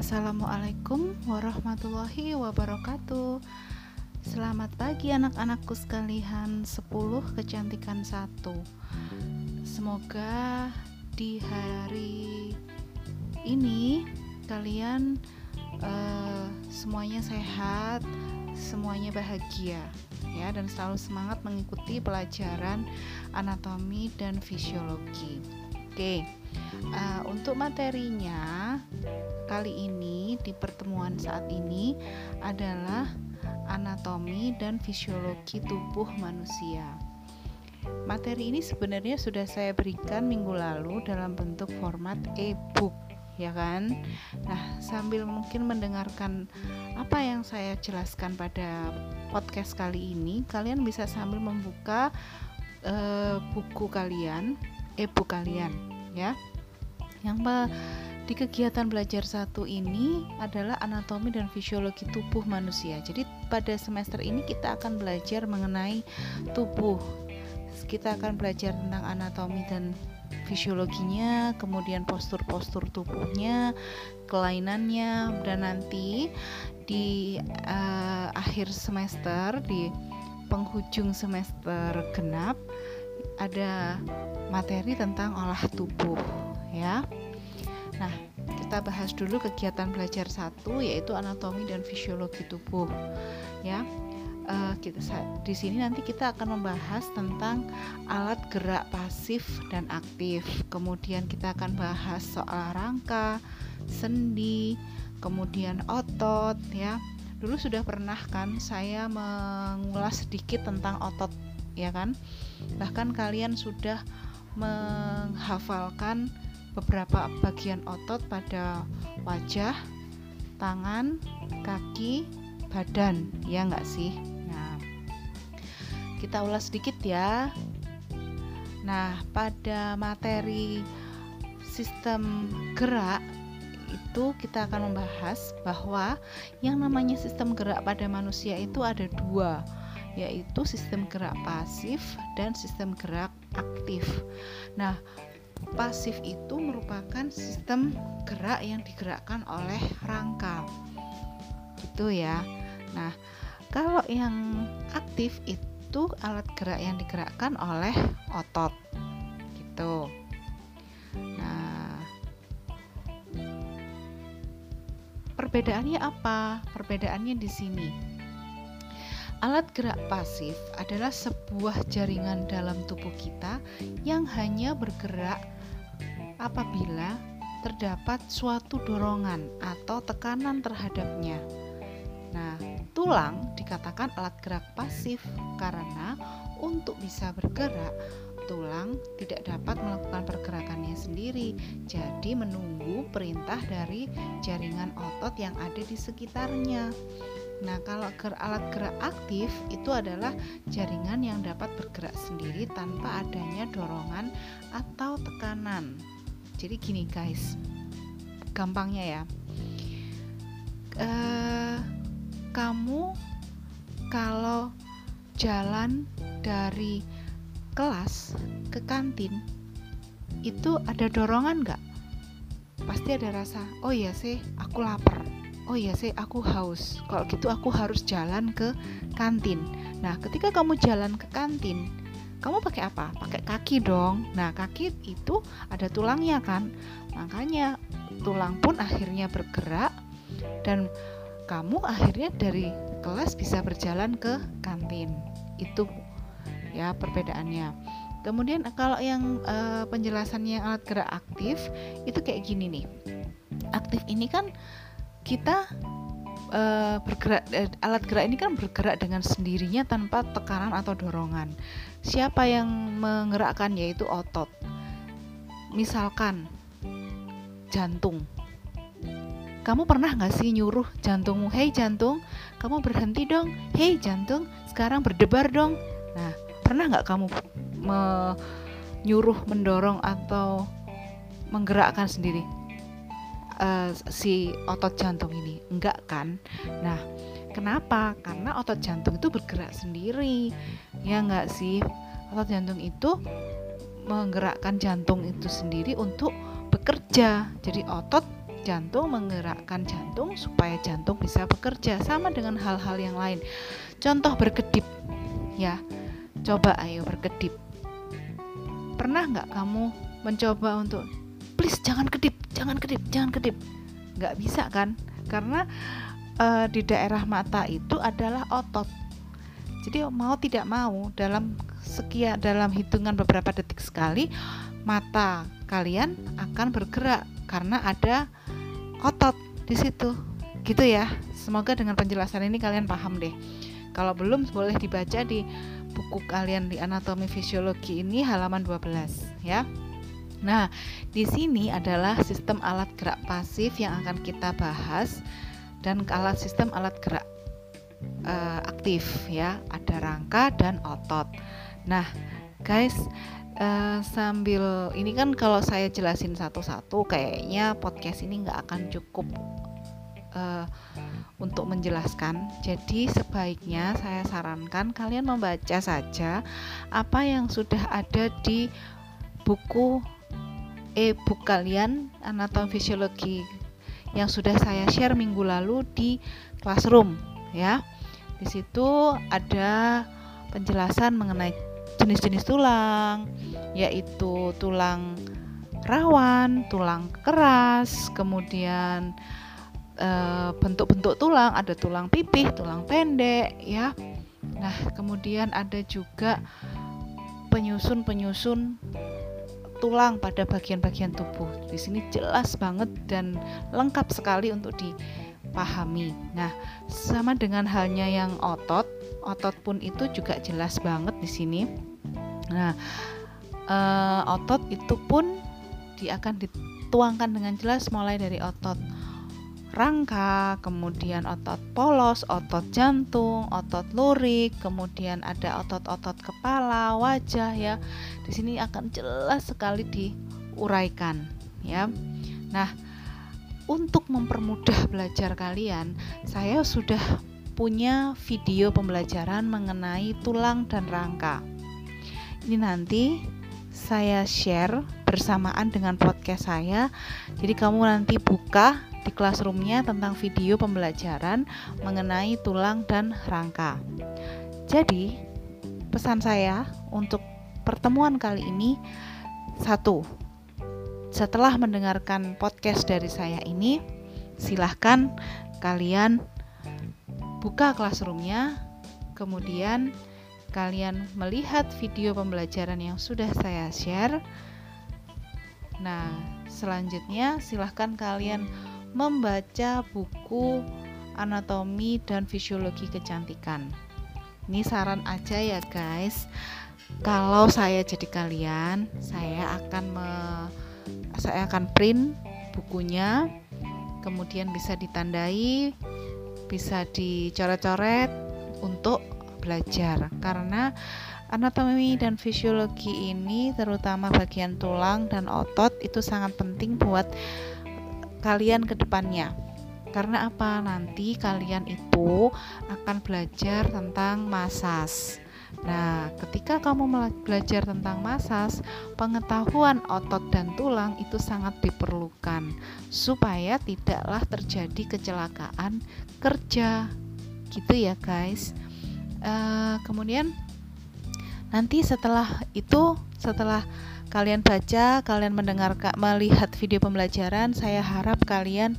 Assalamualaikum warahmatullahi wabarakatuh. Selamat pagi anak-anakku sekalian, 10 kecantikan 1. Semoga di hari ini kalian semuanya sehat, semuanya bahagia ya, dan selalu semangat mengikuti pelajaran anatomi dan fisiologi. Oke. Untuk materinya kali ini di pertemuan saat ini adalah anatomi dan fisiologi tubuh manusia. Materi ini sebenarnya sudah saya berikan minggu lalu dalam bentuk format e-book, ya kan? Nah, sambil mungkin mendengarkan apa yang saya jelaskan pada podcast kali ini, kalian bisa sambil membuka buku kalian, e-book kalian, ya. Yang di kegiatan belajar 1 ini adalah anatomi dan fisiologi tubuh manusia. Jadi pada semester ini kita akan belajar mengenai tubuh. Kita akan belajar tentang anatomi dan fisiologinya, kemudian postur-postur tubuhnya, kelainannya, dan nanti di akhir semester, di penghujung semester genap, ada materi tentang olah tubuh, ya. Nah, kita bahas dulu kegiatan belajar 1, yaitu anatomi dan fisiologi tubuh, ya. Di sini nanti kita akan membahas tentang alat gerak pasif dan aktif. Kemudian kita akan bahas soal rangka, sendi, kemudian otot, ya. Dulu sudah pernah kan saya mengulas sedikit tentang otot, ya kan? Bahkan kalian sudah menghafalkan beberapa bagian otot pada wajah, tangan, kaki, badan, ya enggak sih? Nah, kita ulas sedikit ya. Nah, pada materi sistem gerak itu kita akan membahas bahwa yang namanya sistem gerak pada manusia itu ada 2, yaitu sistem gerak pasif dan sistem gerak aktif. Nah, pasif itu merupakan sistem gerak yang digerakkan oleh rangka, gitu ya. Nah, kalau yang aktif itu alat gerak yang digerakkan oleh otot, gitu. Nah, perbedaannya apa? Perbedaannya di sini. Alat gerak pasif adalah sebuah jaringan dalam tubuh kita yang hanya bergerak apabila terdapat suatu dorongan atau tekanan terhadapnya. Nah, tulang dikatakan alat gerak pasif karena untuk bisa bergerak, tulang tidak dapat melakukan pergerakannya sendiri, jadi menunggu perintah dari jaringan otot yang ada di sekitarnya. Nah, kalau alat gerak aktif itu adalah jaringan yang dapat bergerak sendiri tanpa adanya dorongan atau tekanan. Jadi gini guys, gampangnya ya, kamu kalau jalan dari kelas ke kantin itu ada dorongan nggak? Pasti ada rasa, oh iya sih aku lapar, oh iya sih aku haus, kalau gitu aku harus jalan ke kantin. Nah, ketika kamu jalan ke kantin, kamu pakai apa? Pakai kaki dong. Nah, kaki itu ada tulangnya kan, makanya tulang pun akhirnya bergerak dan kamu akhirnya dari kelas bisa berjalan ke kantin. Itu ya perbedaannya. Kemudian kalau yang penjelasannya alat gerak aktif itu kayak gini nih. Aktif ini kan kita bergerak, alat gerak ini kan bergerak dengan sendirinya tanpa tekanan atau dorongan. Siapa yang menggerakkan? Yaitu otot. Misalkan jantung. Kamu pernah gak sih nyuruh jantungmu, hei jantung, kamu berhenti dong, hei jantung, sekarang berdebar dong. Nah, pernah gak kamu menyuruh, mendorong atau menggerakkan sendiri si otot jantung ini? Enggak kan? Nah, kenapa? Karena otot jantung itu bergerak sendiri, ya enggak sih? Otot jantung itu menggerakkan jantung itu sendiri untuk bekerja. Jadi otot jantung, menggerakkan jantung supaya jantung bisa bekerja, sama dengan hal-hal yang lain. Contoh berkedip ya, coba ayo berkedip. Pernah nggak kamu mencoba untuk please jangan kedip, nggak bisa kan, karena di daerah mata itu adalah otot. Jadi mau tidak mau dalam hitungan beberapa detik sekali mata kalian akan bergerak karena ada otot di situ. Gitu ya. Semoga dengan penjelasan ini kalian paham deh. Kalau belum boleh dibaca di buku kalian di anatomi fisiologi ini halaman 12 ya. Nah, di sini adalah sistem alat gerak pasif yang akan kita bahas dan sistem alat gerak aktif ya. Ada rangka dan otot. Nah, guys, sambil ini kan kalau saya jelasin satu-satu kayaknya podcast ini nggak akan cukup untuk menjelaskan. Jadi sebaiknya saya sarankan kalian membaca saja apa yang sudah ada di buku e-book kalian anatomi fisiologi yang sudah saya share minggu lalu di Classroom ya. Di situ ada penjelasan mengenai jenis-jenis tulang, yaitu tulang rawan, tulang keras, kemudian bentuk-bentuk tulang, ada tulang pipih, tulang pendek ya. Nah, kemudian ada juga penyusun tulang pada bagian-bagian tubuh. Di sini jelas banget dan lengkap sekali untuk dipahami. Nah, sama dengan halnya yang otot pun itu juga jelas banget di sini. Nah, otot itu pun akan dituangkan dengan jelas mulai dari otot rangka, kemudian otot polos, otot jantung, otot lurik, kemudian ada otot-otot kepala, wajah ya. Di sini akan jelas sekali diuraikan ya. Nah, untuk mempermudah belajar kalian, saya sudah punya video pembelajaran mengenai tulang dan rangka. Ini nanti saya share bersamaan dengan podcast saya. Jadi kamu nanti buka di Classroom-nya tentang video pembelajaran mengenai tulang dan rangka. Jadi, pesan saya untuk pertemuan kali ini, 1. Setelah mendengarkan podcast dari saya ini, silahkan kalian buka Classroom-nya, kemudian kalian melihat video pembelajaran yang sudah saya share. Nah, selanjutnya silahkan kalian membaca buku anatomi dan fisiologi kecantikan. Ini saran aja ya guys. Kalau saya jadi kalian, saya akan print bukunya, kemudian bisa ditandai, bisa dicoret-coret untuk belajar. Karena anatomi dan fisiologi ini terutama bagian tulang dan otot itu sangat penting buat kalian ke depannya. Karena apa? Nanti kalian itu akan belajar tentang masas. Nah, ketika kamu belajar tentang masas, pengetahuan otot dan tulang itu sangat diperlukan supaya tidaklah terjadi kecelakaan kerja. Gitu ya guys. Kemudian nanti setelah kalian baca, kalian melihat video pembelajaran, saya harap kalian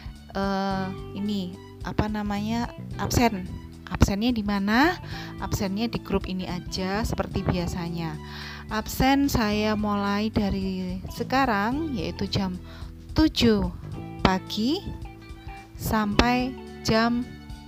absennya di mana? Absennya di grup ini aja seperti biasanya. Absen saya mulai dari sekarang, yaitu jam 7 pagi sampai jam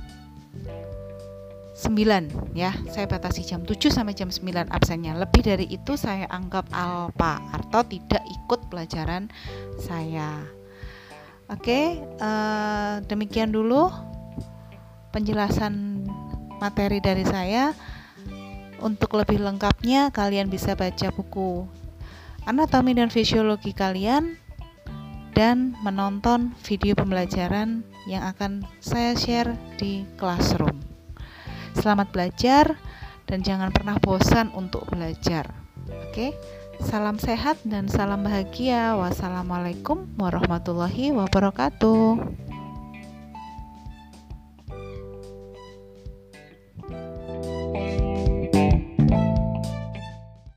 9 ya. Saya batasi jam 7 sampai jam 9 absennya. Lebih dari itu saya anggap alpa atau tidak ikut pelajaran saya. Oke, demikian dulu penjelasan materi dari saya. Untuk lebih lengkapnya kalian bisa baca buku anatomi dan fisiologi kalian dan menonton video pembelajaran yang akan saya share di Classroom. Selamat belajar dan jangan pernah bosan untuk belajar. Oke, Salam sehat dan salam bahagia. Wassalamualaikum warahmatullahi wabarakatuh.